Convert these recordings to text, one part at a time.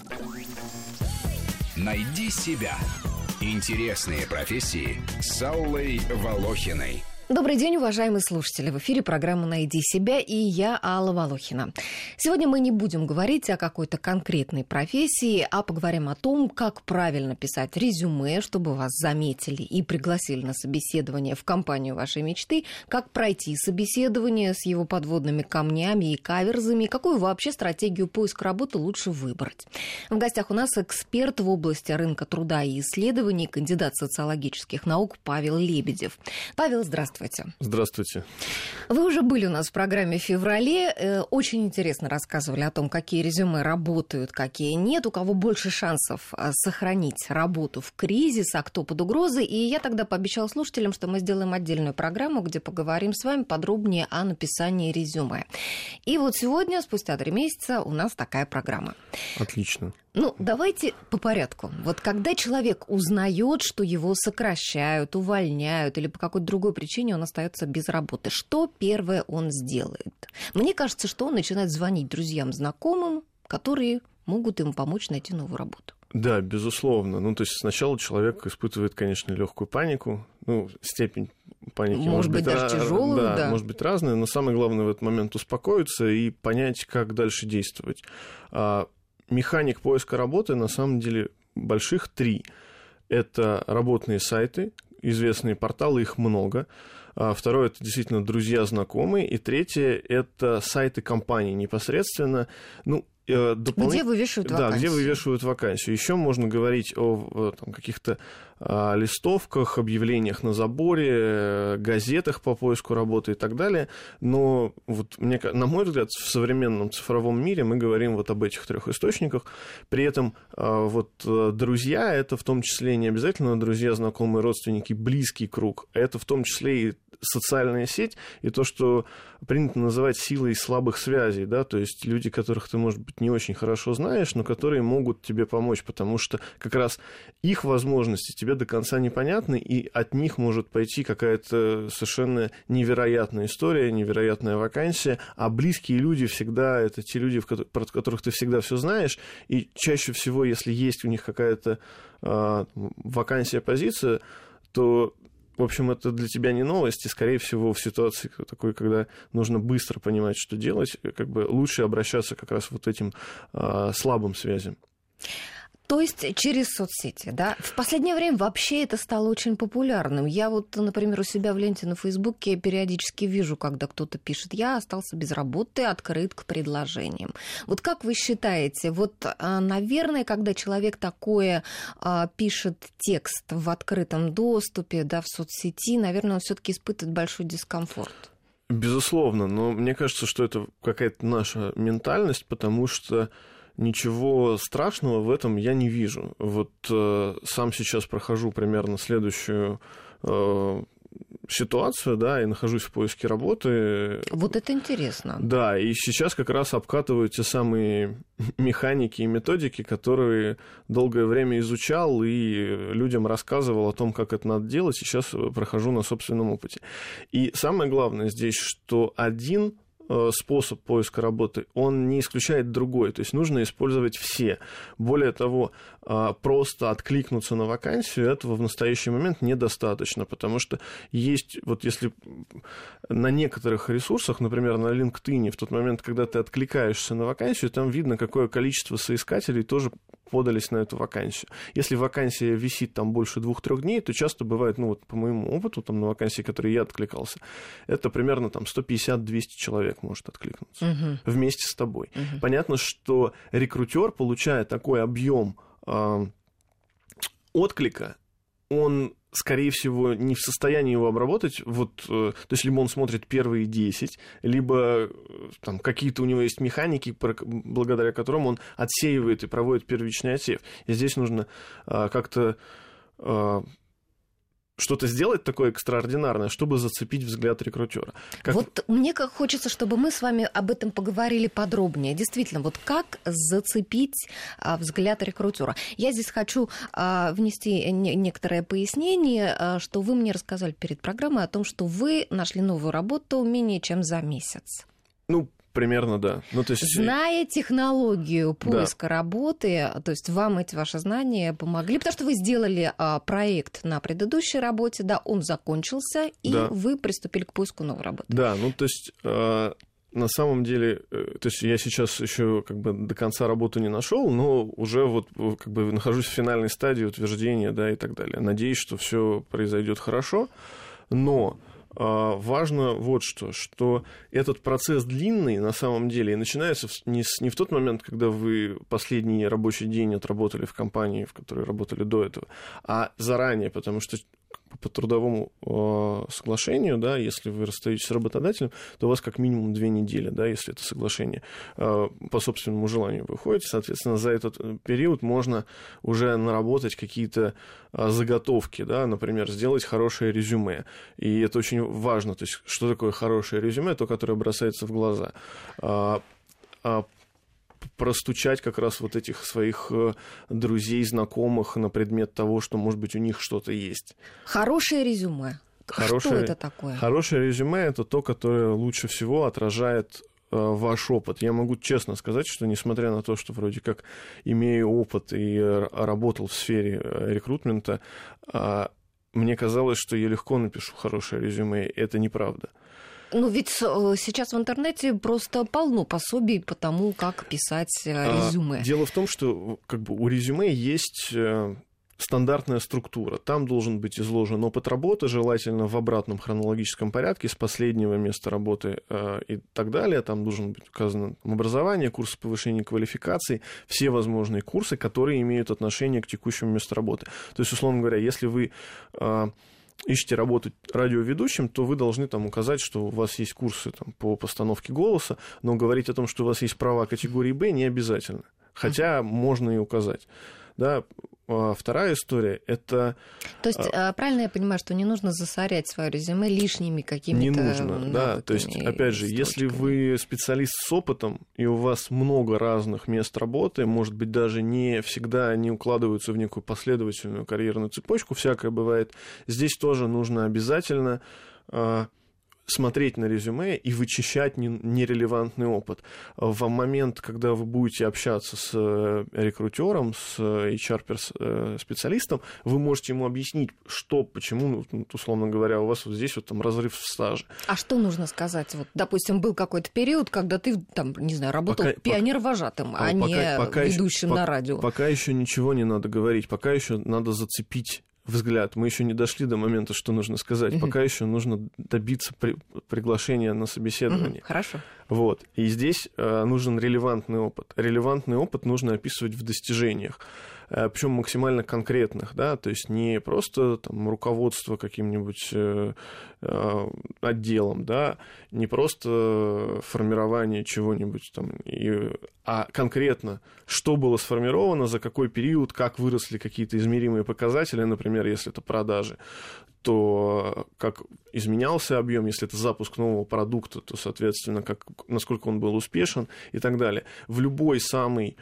Найди себя. Интересные профессии с Аллой Волохиной. Добрый день, уважаемые слушатели. В эфире программа «Найди себя» и я, Алла Волохина. Сегодня мы не будем говорить о какой-то конкретной профессии, а поговорим о том, как правильно писать резюме, чтобы вас заметили и пригласили на собеседование в компанию вашей мечты, как пройти собеседование с его подводными камнями и каверзами, какую вообще стратегию поиска работы лучше выбрать. В гостях у нас эксперт в области рынка труда и исследований, кандидат социологических наук Павел Лебедев. Павел, здравствуйте. Здравствуйте. Вы уже были у нас в программе в феврале. Очень интересно рассказывали о том, какие резюме работают, какие нет, у кого больше шансов сохранить работу в кризис, а кто под угрозой. И я тогда пообещала слушателям, что мы сделаем отдельную программу, где поговорим с вами подробнее о написании резюме. И вот сегодня, спустя 3 месяца, у нас такая программа. Отлично. Давайте по порядку. Вот когда человек узнает, что его сокращают, увольняют или по какой-то другой причине он остается без работы, что первое он сделает? Мне кажется, что он начинает звонить друзьям, знакомым, которые могут ему помочь найти новую работу. Да, безусловно. То есть сначала человек испытывает, конечно, легкую панику. Степень паники может быть даже тяжелую, да. Может быть разная, но самое главное в этот момент успокоиться и понять, как дальше действовать. Механик поиска работы, на самом деле, больших 3. Это работные сайты, известные порталы, их много. Второе – это действительно друзья, знакомые. И третье – это сайты компаний непосредственно. Где вывешивают вакансию. Да, где вывешивают вакансию. Еще можно говорить о каких-то листовках, объявлениях на заборе, газетах по поиску работы и так далее. Но на мой взгляд, в современном цифровом мире мы говорим об этих 3 источниках. При этом друзья – это в том числе не обязательно друзья, знакомые, родственники, близкий круг. Это в том числе и социальная сеть, и то, что принято называть силой слабых связей, да, то есть люди, которых ты, может быть, не очень хорошо знаешь, но которые могут тебе помочь, потому что как раз их возможности тебе до конца непонятны, и от них может пойти какая-то совершенно невероятная история, невероятная вакансия, а близкие люди всегда это те люди, про которых ты всегда все знаешь, и чаще всего, если есть у них какая-то вакансия, позиция, то в общем, это для тебя не новость, и, скорее всего, в ситуации такой, когда нужно быстро понимать, что делать, лучше обращаться как раз этим слабым связям. То есть через соцсети, да? В последнее время вообще это стало очень популярным. Я например, у себя в ленте на Фейсбуке периодически вижу, когда кто-то пишет: я остался без работы, открыт к предложениям. Как вы считаете, наверное, когда человек такое пишет текст в открытом доступе, да, в соцсети, наверное, он все-таки испытывает большой дискомфорт? Безусловно, но мне кажется, что это какая-то наша ментальность, потому что ничего страшного в этом я не вижу. Сам сейчас прохожу примерно следующую ситуацию, да, и нахожусь в поиске работы. Это интересно. Да, и сейчас как раз обкатываю те самые механики и методики, которые долгое время изучал и людям рассказывал о том, как это надо делать, и сейчас прохожу на собственном опыте. И самое главное здесь, что один способ поиска работы, он не исключает другой, то есть нужно использовать все. Более того, просто откликнуться на вакансию, этого в настоящий момент недостаточно, потому что есть, если на некоторых ресурсах, например, на LinkedIn, в тот момент, когда ты откликаешься на вакансию, там видно, какое количество соискателей тоже подались на эту вакансию. Если вакансия висит там больше 2-3 дней, то часто бывает, по моему опыту, на вакансии, которые я откликался, это примерно 150-200 человек может откликнуться вместе с тобой. Понятно, что рекрутер, получая такой объем отклика, он, скорее всего, не в состоянии его обработать. То есть, либо он смотрит первые 10, либо какие-то у него есть механики, благодаря которым он отсеивает и проводит первичный отсев. И здесь нужно как-то что-то сделать такое экстраординарное, чтобы зацепить взгляд рекрутера. Мне хочется, чтобы мы с вами об этом поговорили подробнее. Действительно, как зацепить взгляд рекрутера. Я здесь хочу внести некоторое пояснение, что вы мне рассказали перед программой о том, что вы нашли новую работу менее чем за месяц. Примерно, да. Ну, то есть... Зная технологию поиска работы, то есть вам эти ваши знания помогли, потому что вы сделали проект на предыдущей работе, да, он закончился, и вы приступили к поиску новой работы. Да, ну, то есть... На самом деле, то есть я сейчас еще как бы до конца работу не нашел, но уже вот как бы нахожусь в финальной стадии утверждения, да, и так далее. Надеюсь, что все произойдет хорошо, но важно вот что этот процесс длинный на самом деле и начинается не в тот момент, когда вы последний рабочий день отработали в компании, в которой работали до этого, а заранее, потому что по трудовому соглашению, да, если вы расстаетесь с работодателем, то у вас как минимум 2 недели, да, если это соглашение по собственному желанию выходит. Соответственно, за этот период можно уже наработать какие-то заготовки, да, например, сделать хорошее резюме. И это очень важно. То есть, что такое хорошее резюме? То, которое бросается в глаза. Простучать как раз вот этих своих друзей, знакомых на предмет того, что, может быть, у них что-то есть. Хорошее резюме. Что это такое? Хорошее резюме – это то, которое лучше всего отражает ваш опыт. Я могу честно сказать, что несмотря на то, что вроде как имею опыт и работал в сфере рекрутмента, мне казалось, что я легко напишу хорошее резюме. Это неправда. Ну, ведь сейчас в интернете просто полно пособий по тому, как писать резюме. Дело в том, что как бы у резюме есть стандартная структура. Там должен быть изложен опыт работы, желательно в обратном хронологическом порядке, с последнего места работы и так далее. Там должен быть указано образование, курсы повышения квалификации, все возможные курсы, которые имеют отношение к текущему месту работы. То есть, условно говоря, если вы ищете работать радиоведущим, то вы должны там указать, что у вас есть курсы там, по постановке голоса, но говорить о том, что у вас есть права категории Б, не обязательно. Хотя можно и указать. Да. Вторая история – это… То есть, правильно я понимаю, что не нужно засорять свое резюме лишними какими-то… Не нужно, да. То есть, опять же, если вы специалист с опытом, и у вас много разных мест работы, может быть, даже не всегда они укладываются в некую последовательную карьерную цепочку, всякое бывает, здесь тоже нужно обязательно смотреть на резюме и вычищать нерелевантный опыт. В момент, когда вы будете общаться с рекрутером, с HR-специалистом, вы можете ему объяснить, что, почему, условно говоря, у вас вот здесь вот там разрыв в стаже. А что нужно сказать? Вот, допустим, был какой-то период, когда ты, там, не знаю, работал пионер-вожатым, а не ведущим на радио. Пока еще ничего не надо говорить, пока еще надо зацепить взгляд. Мы еще не дошли до момента, что нужно сказать. Пока еще нужно добиться приглашения на собеседование. Хорошо. Вот. И здесь нужен релевантный опыт. Релевантный опыт нужно описывать в достижениях. Причем максимально конкретных, да, то есть не просто там руководство каким-нибудь отделом, да, не просто формирование чего-нибудь там, а конкретно, что было сформировано, за какой период, как выросли какие-то измеримые показатели, например, если это продажи, то как изменялся объем, если это запуск нового продукта, то, соответственно, насколько он был успешен и так далее. В любой самой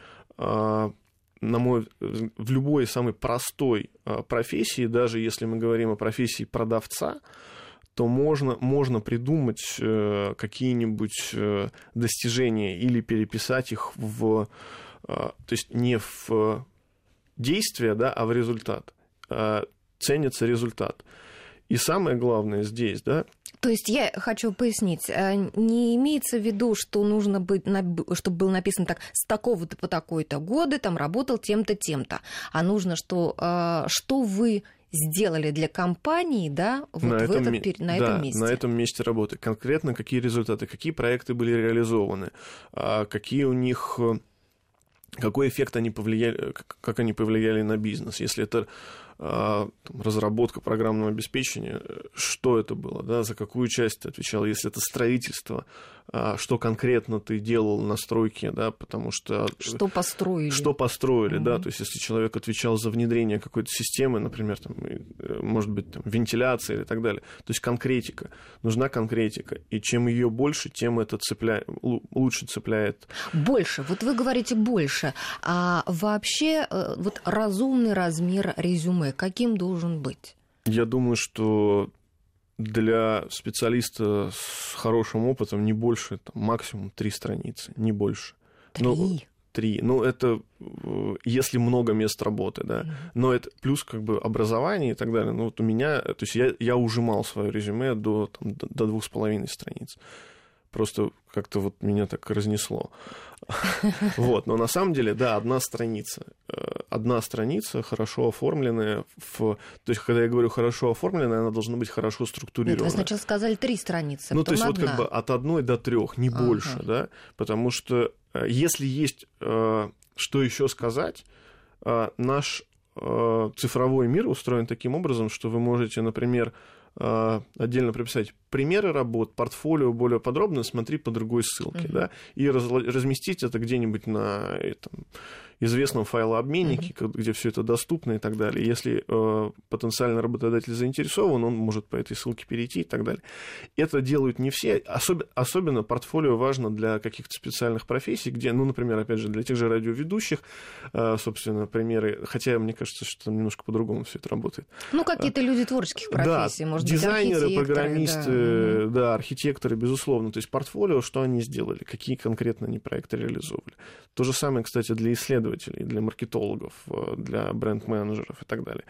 самой простой профессии, даже если мы говорим о профессии продавца, то можно придумать какие-нибудь достижения или переписать их то есть не в действие, да, а в результат. Ценится результат. И самое главное здесь, да. То есть я хочу пояснить, не имеется в виду, что нужно быть, чтобы было написано так, с такого-то по такой-то годы, там работал тем-то, тем-то, а нужно, что вы сделали для компании, да, вот на этом месте. На этом месте работы. Конкретно какие результаты, какие проекты были реализованы, какие у них… Какой эффект они повлияли, как они повлияли на бизнес? Если это разработка программного обеспечения, что это было, да, за какую часть ты отвечал? Если это строительство, что конкретно ты делал на стройке, да, потому что… Что построили. Что построили, да, то есть если человек отвечал за внедрение какой-то системы, например, там, может быть, там, вентиляция и так далее, то есть конкретика, нужна конкретика, и чем ее больше, тем это лучше цепляет. Больше, вот вы говорите больше, а вообще вот разумный размер резюме каким должен быть? Я думаю, что для специалиста с хорошим опытом не больше, там, максимум 3 страницы, не больше. 3. Ну, это если много мест работы, да. Но это плюс как бы образование и так далее. Ну, вот у меня, то есть я ужимал свое резюме до 2,5 страниц. Просто как-то вот меня так разнесло. Вот, но на самом деле, да, одна страница хорошо оформленная. То есть, когда я говорю хорошо оформленная, она должна быть хорошо структурирована. Вы сначала сказали 3 страницы, ну, то есть, 1. вот как бы от 1 до 3, не больше, да, потому что если есть что еще сказать, наш цифровой мир устроен таким образом, что вы можете, например, отдельно прописать примеры работ, портфолио более подробно, смотри по другой ссылке, да, и разместить это где-нибудь на этом известном файлообменнике, где все это доступно и так далее. Если потенциальный работодатель заинтересован, он может по этой ссылке перейти и так далее. Это делают не все, особенно портфолио важно для каких-то специальных профессий, где, ну, например, опять же, для тех же радиоведущих, собственно, примеры, хотя мне кажется, что там немножко по-другому все это работает. Ну, какие-то люди творческих профессий, да, может дизайнеры, быть, программисты, да, архитекторы, безусловно. То есть портфолио, что они сделали, какие конкретно они проекты реализовывали. То же самое, кстати, для исследователей, для маркетологов, для бренд-менеджеров и так далее.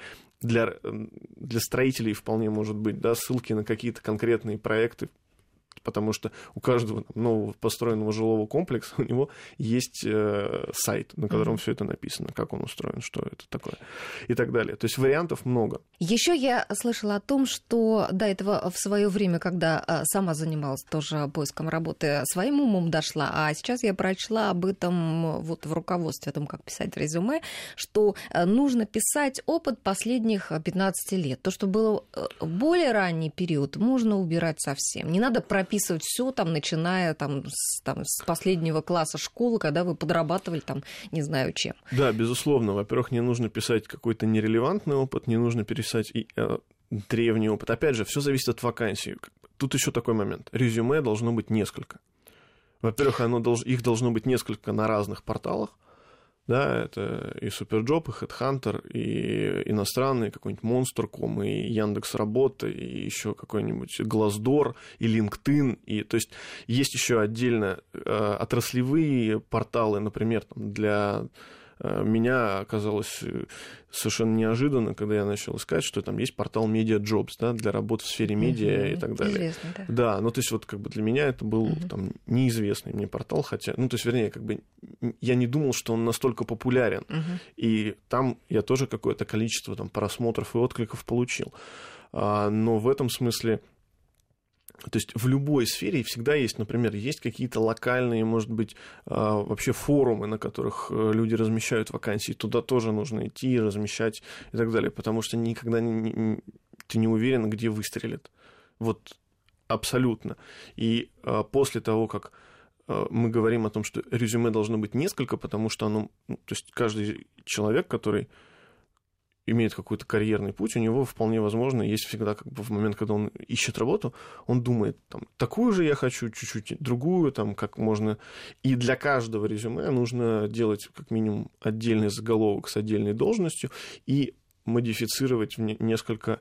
Для строителей вполне может быть, да, ссылки на какие-то конкретные проекты, потому что у каждого нового построенного жилого комплекса у него есть сайт, на котором все это написано, как он устроен, что это такое и так далее. То есть вариантов много. Еще я слышала о том, что до этого в свое время, когда сама занималась тоже поиском работы, своим умом дошла, а сейчас я прочла об этом вот в руководстве, о том, как писать резюме, что нужно писать опыт последних 15 лет. То, что было более ранний период, можно убирать совсем. Не надо прописывать все, там, начиная с последнего класса школы, когда вы подрабатывали, там, не знаю чем. Да, безусловно. Во-первых, не нужно писать какой-то нерелевантный опыт, не нужно писать древний опыт. Опять же, все зависит от вакансии. Тут еще такой момент. Резюме должно быть несколько. Во-первых, их должно быть несколько на разных порталах. Да, это и Суперджоп, и Headhunter, и иностранный какой-нибудь Monster.com, и Яндекс.Работа, и еще какой-нибудь Glassdoor, и LinkedIn. И, то есть есть еще отдельно отраслевые порталы, например, там, для меня оказалось совершенно неожиданно, когда я начал искать, что там есть портал MediaJobs, да, для работы в сфере медиа и так далее. Известный, да. Да, ну то есть вот как бы для меня это был там неизвестный мне портал, хотя, ну то есть вернее, как бы я не думал, что он настолько популярен, и там я тоже какое-то количество там просмотров и откликов получил. Но в этом смысле, то есть в любой сфере всегда есть, например, есть какие-то локальные, может быть, вообще форумы, на которых люди размещают вакансии, туда тоже нужно идти, размещать и так далее, потому что никогда ты не уверен, где выстрелит. Вот абсолютно. И после того, как мы говорим о том, что резюме должно быть несколько, потому что оно, то есть каждый человек, который имеет какой-то карьерный путь, у него вполне возможно есть всегда, как бы в момент, когда он ищет работу, он думает, там, такую же я хочу, чуть-чуть другую, там, как можно. И для каждого резюме нужно делать как минимум отдельный заголовок с отдельной должностью и модифицировать несколько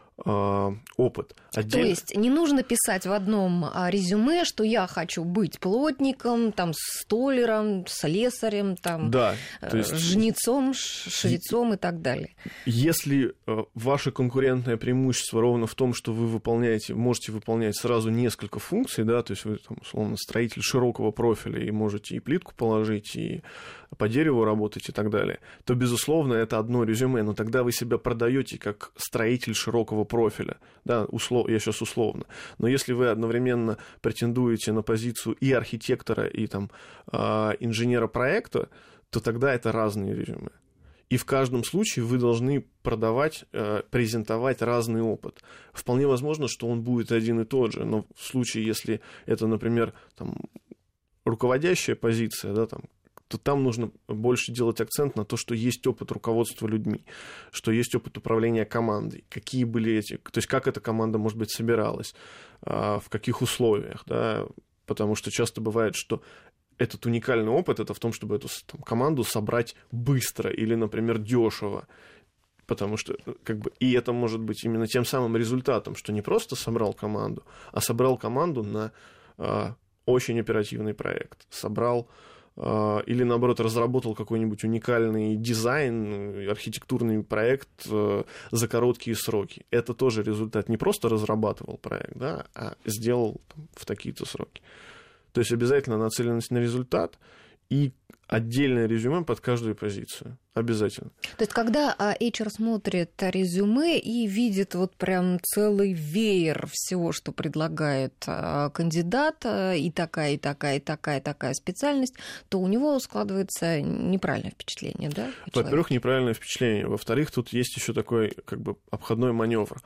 опыт. То есть не нужно писать в одном резюме, что я хочу быть плотником, там, столяром, слесарем, там, да, жнецом, швецом и так далее. Если ваше конкурентное преимущество ровно в том, что вы можете выполнять сразу несколько функций, да, то есть вы, там, условно, строитель широкого профиля и можете и плитку положить, и по дереву работать и так далее, то, безусловно, это одно резюме, но тогда вы себя продаете как строитель широкого профиля, да, я сейчас условно, но если вы одновременно претендуете на позицию и архитектора, и там инженера проекта, то тогда это разные резюме. И в каждом случае вы должны продавать, презентовать разный опыт. Вполне возможно, что он будет один и тот же, но в случае, если это, например, там, руководящая позиция, да, там, то там нужно больше делать акцент на то, что есть опыт руководства людьми, что есть опыт управления командой, какие были то есть как эта команда, может быть, собиралась, в каких условиях, да, потому что часто бывает, что этот уникальный опыт, это в том, чтобы эту там команду собрать быстро или, например, дешево. потому что и это может быть именно тем самым результатом, что не просто собрал команду, а собрал команду на очень оперативный проект, собрал или, наоборот, разработал какой-нибудь уникальный дизайн, архитектурный проект за короткие сроки. Это тоже результат. Не просто разрабатывал проект, да, а сделал в такие-то сроки. То есть обязательно нацеленность на результат и отдельное резюме под каждую позицию. Обязательно. То есть, когда HR смотрит резюме и видит вот прям целый веер всего, что предлагает кандидат, и такая, и такая, и такая, и такая специальность, то у него складывается неправильное впечатление, да? Во-первых, неправильное впечатление. Во-вторых, тут есть еще такой обходной маневр.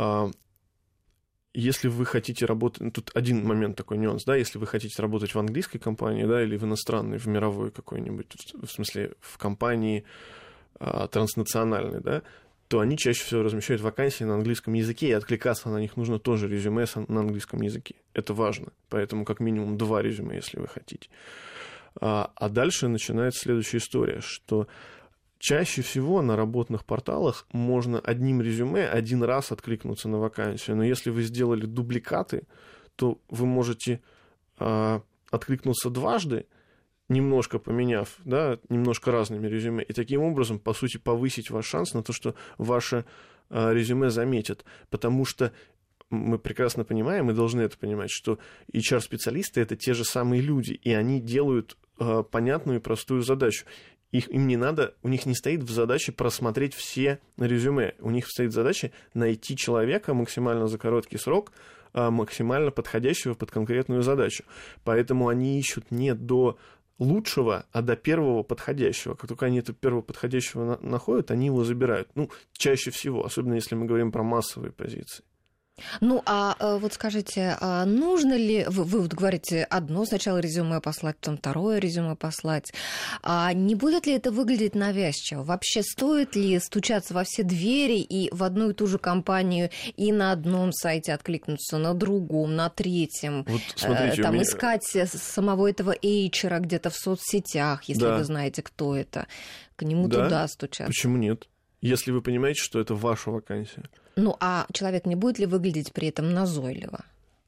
Если вы хотите работать... Тут один момент, такой нюанс, да, если вы хотите работать в английской компании, да, или в иностранной, в мировой какой-нибудь, в смысле, в компании транснациональной, да, то они чаще всего размещают вакансии на английском языке, и откликаться на них нужно тоже резюме на английском языке. Это важно, поэтому как минимум 2 резюме, если вы хотите. А дальше начинается следующая история, что... Чаще всего на работных порталах можно одним резюме один раз откликнуться на вакансию, но если вы сделали дубликаты, то вы можете откликнуться дважды, немножко поменяв, да, немножко разными резюме, и таким образом, по сути, повысить ваш шанс на то, что ваше резюме заметят, потому что мы прекрасно понимаем и должны это понимать, что HR-специалисты — это те же самые люди, и они делают понятную и простую задачу. Им не надо, у них не стоит в задаче просмотреть все резюме. У них стоит задача найти человека максимально за короткий срок, максимально подходящего под конкретную задачу. Поэтому они ищут не до лучшего, а до первого подходящего. Как только они этого первого подходящего находят, они его забирают. Ну, чаще всего, особенно если мы говорим про массовые позиции. Ну, вот скажите, нужно ли, вы вот говорите, одно сначала резюме послать, потом второе резюме послать, не будет ли это выглядеть навязчиво? Вообще стоит ли стучаться во все двери и в одну и ту же компанию и на одном сайте откликнуться, на другом, на третьем, вот смотрите, там искать самого этого HR где-то в соцсетях, если вы знаете, кто это, к нему туда стучаться? Почему нет? Если вы понимаете, что это ваша вакансия. Ну, а человек не будет ли выглядеть при этом назойливо?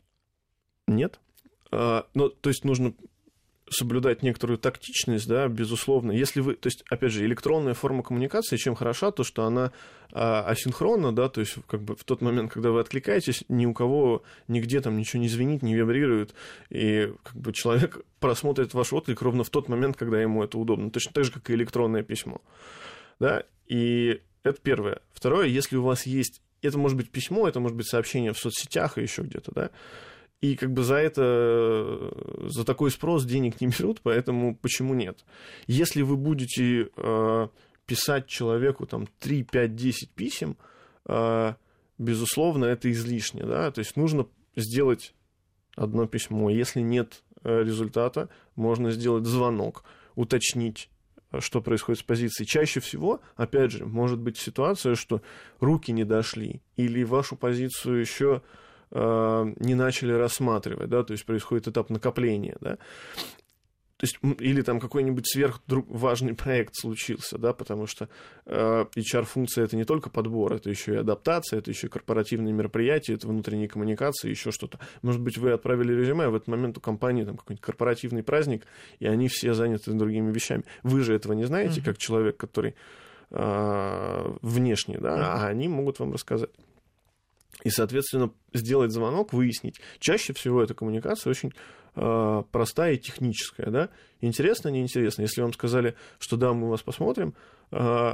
Нет. То есть нужно соблюдать некоторую тактичность, да, безусловно. Если вы, то есть, опять же, электронная форма коммуникации, чем хороша, то, что она асинхронна, да, то есть, в тот момент, когда вы откликаетесь, ни у кого нигде там ничего не звенит, не вибрирует, и человек просмотрит ваш отклик ровно в тот момент, когда ему это удобно. Точно так же, как и электронное письмо. Да, и это первое. Второе, если у вас есть... Это может быть письмо, это может быть сообщение в соцсетях и еще где-то, да, и за такой спрос денег не берут, поэтому почему нет? Если вы будете писать человеку там 3, 5, 10 писем, безусловно, это излишне, да, то есть нужно сделать одно письмо. Если нет результата, можно сделать звонок, уточнить, что происходит с позицией. Чаще всего, опять же, может быть ситуация, что руки не дошли, или вашу позицию еще не начали рассматривать, да, то есть происходит этап накопления, да, то есть, или там какой-нибудь сверхважный проект случился, да, потому что HR-функция — это не только подбор, это еще и адаптация, это еще и корпоративные мероприятия, это внутренние коммуникации, еще что-то. Может быть, вы отправили резюме, а в этот момент у компании там какой-нибудь корпоративный праздник, и они все заняты другими вещами. Вы же этого не знаете, как человек, который внешне, да, а они могут вам рассказать. И, соответственно, сделать звонок, выяснить. Чаще всего эта коммуникация очень простая и техническая, да. Интересно, неинтересно. Если вам сказали, что да, мы вас посмотрим, то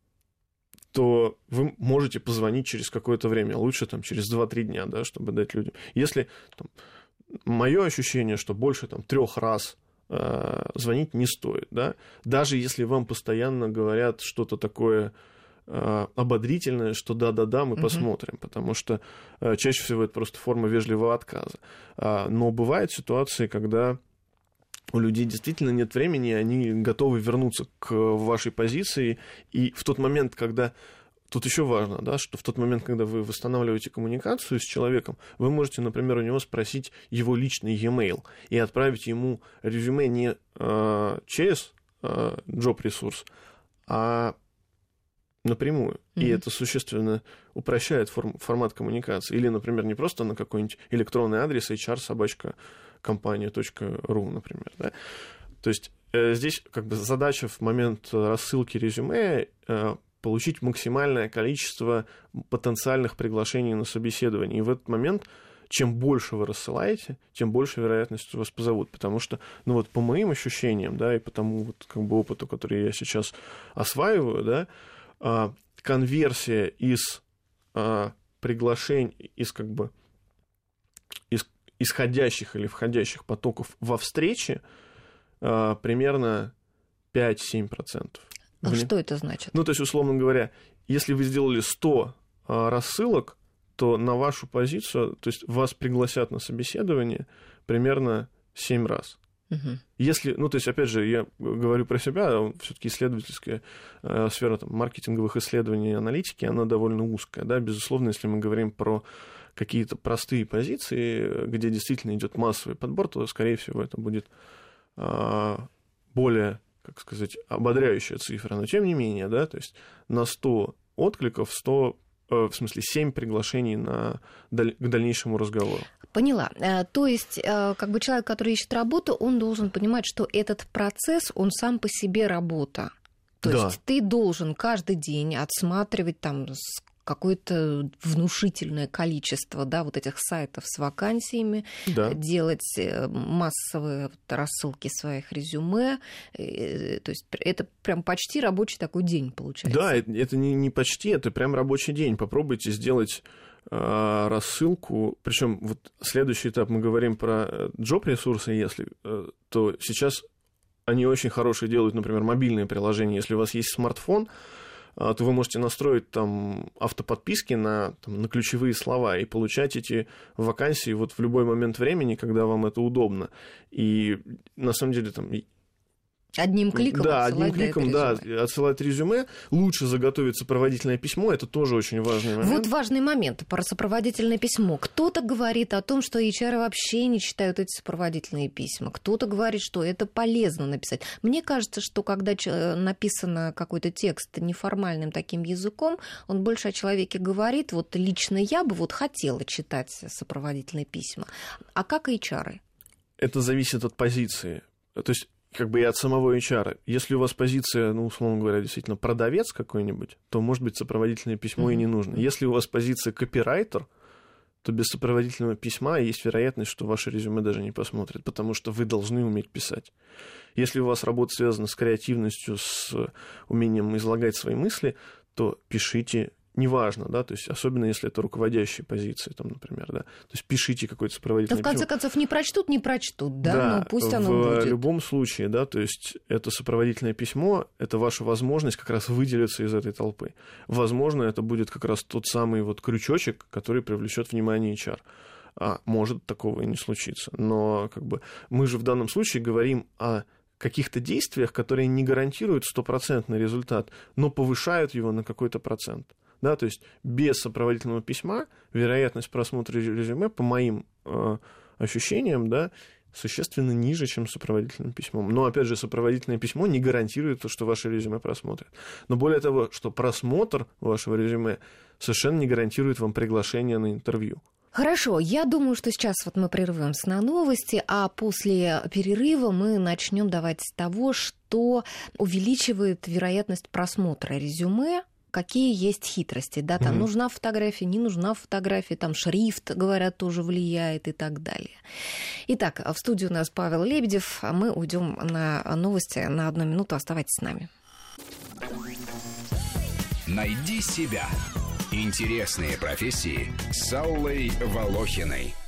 вы можете позвонить через какое-то время, лучше там через 2-3 дня, да, чтобы дать людям. Если мое ощущение, что больше 3 раз звонить не стоит, да, даже если вам постоянно говорят что-то такое ободрительное, что да-да-да, мы посмотрим, потому что чаще всего это просто форма вежливого отказа. Но бывают ситуации, когда у людей действительно нет времени, и они готовы вернуться к вашей позиции, и в тот момент, когда... Тут еще важно, да, что в тот момент, когда вы восстанавливаете коммуникацию с человеком, вы можете, например, у него спросить его личный e-mail и отправить ему резюме не через job-ресурс, а напрямую. И это существенно упрощает формат коммуникации. Или, например, не просто на какой-нибудь электронный адрес hr@компания.ru, например. Да? То есть здесь как бы задача в момент рассылки резюме получить максимальное количество потенциальных приглашений на собеседование. И в этот момент, чем больше вы рассылаете, тем больше вероятность, что вас позовут. Потому что, ну вот по моим ощущениям, да, и по тому вот как бы опыту, который я сейчас осваиваю, да, конверсия из приглашений, из как бы из исходящих или входящих потоков во встрече примерно 5-7%. А что это значит? Ну, то есть, условно говоря, если вы сделали 100 рассылок, то на вашу позицию, то есть вас пригласят на собеседование примерно 7 раз. Если, ну, то есть, опять же, я говорю про себя, все-таки исследовательская сфера там, маркетинговых исследований и аналитики, она довольно узкая, да, безусловно, если мы говорим про какие-то простые позиции, где действительно идет массовый подбор, то, скорее всего, это будет более, как сказать, ободряющая цифра, но тем не менее, да, то есть на 100 откликов 7 приглашений к дальнейшему разговору. Поняла. То есть, как бы человек, который ищет работу, он должен понимать, что этот процесс, он сам по себе работа. То есть ты должен каждый день отсматривать там какое-то внушительное количество, да, вот этих сайтов с вакансиями, делать массовые рассылки своих резюме. То есть это прям почти рабочий такой день получается. Да, это не почти, это прям рабочий день. Попробуйте сделать рассылку. Причем вот следующий этап, мы говорим про джоб-ресурсы, если, то сейчас они очень хорошие делают, например, мобильные приложения. Если у вас есть смартфон, то вы можете настроить там автоподписки на ключевые слова и получать эти вакансии вот в любой момент времени, когда вам это удобно. И на самом деле там... Одним кликом отсылать резюме. Лучше заготовить сопроводительное письмо. Это тоже очень важный момент. Вот важный момент про сопроводительное письмо. Кто-то говорит о том, что HR вообще не читают эти сопроводительные письма. Кто-то говорит, что это полезно написать. Мне кажется, что когда написано какой-то текст неформальным таким языком, он больше о человеке говорит. Вот лично я бы вот хотела читать сопроводительные письма. А как HR? Это зависит от позиции. То есть как бы и от самого HR. Если у вас позиция, ну, условно говоря, действительно продавец какой-нибудь, то, может быть, сопроводительное письмо и не нужно. Если у вас позиция копирайтер, то без сопроводительного письма есть вероятность, что ваше резюме даже не посмотрят, потому что вы должны уметь писать. Если у вас работа связана с креативностью, с умением излагать свои мысли, то пишите. Неважно, да, то есть особенно если это руководящие позиции, там, например, да, то есть пишите какое-то сопроводительное письмо. Но в конце концов не прочтут, да, но пусть оно будет. В любом случае, да, то есть это сопроводительное письмо, это ваша возможность как раз выделиться из этой толпы. Возможно, это будет как раз тот самый вот крючочек, который привлечет внимание HR. А может такого и не случиться. Но как бы мы же в данном случае говорим о каких-то действиях, которые не гарантируют стопроцентный результат, но повышают его на какой-то процент. Да, то есть без сопроводительного письма вероятность просмотра резюме, по моим ощущениям, да, существенно ниже, чем с сопроводительным письмом. Но, опять же, сопроводительное письмо не гарантирует то, что ваше резюме просмотрят. Но более того, что просмотр вашего резюме совершенно не гарантирует вам приглашение на интервью. Хорошо, я думаю, что сейчас вот мы прервемся на новости, а после перерыва мы начнем давать с того, что увеличивает вероятность просмотра резюме. Какие есть хитрости, да, там нужна фотография, не нужна фотография, там шрифт, говорят, тоже влияет и так далее. Итак, в студии у нас Павел Лебедев, а мы уйдем на новости на 1 минуту, оставайтесь с нами. Найди себя. Интересные профессии с Аллой Волохиной.